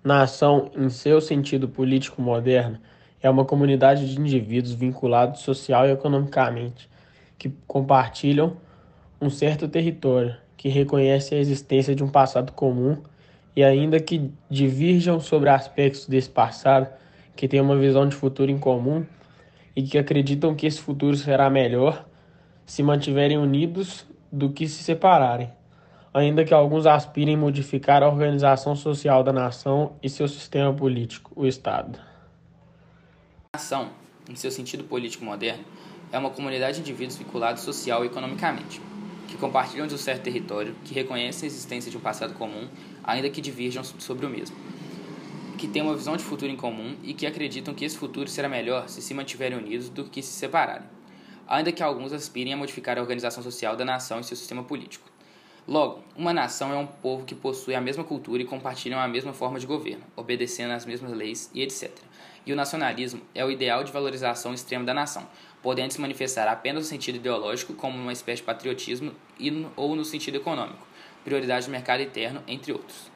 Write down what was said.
Nação, em seu sentido político moderno, é uma comunidade de indivíduos vinculados social e economicamente, que compartilham um certo território, que reconhece a existência de um passado comum e, ainda que divirjam sobre aspectos desse passado, que têm uma visão de futuro em comum e que acreditam que esse futuro será melhor se mantiverem unidos do que se separarem, ainda que alguns aspirem modificar a organização social da nação e seu sistema político, o Estado. Nação, em seu sentido político moderno, é uma comunidade de indivíduos vinculados social e economicamente, que compartilham de um certo território, que reconhecem a existência de um passado comum, ainda que divirjam sobre o mesmo, que têm uma visão de futuro em comum e que acreditam que esse futuro será melhor se mantiverem unidos do que se separarem, ainda que alguns aspirem a modificar a organização social da nação e seu sistema político. Logo, uma nação é um povo que possui a mesma cultura e compartilham a mesma forma de governo, obedecendo às mesmas leis e etc. E o nacionalismo é o ideal de valorização extrema da nação, podendo se manifestar apenas no sentido ideológico, como uma espécie de patriotismo, ou no sentido econômico, prioridade do mercado interno, entre outros.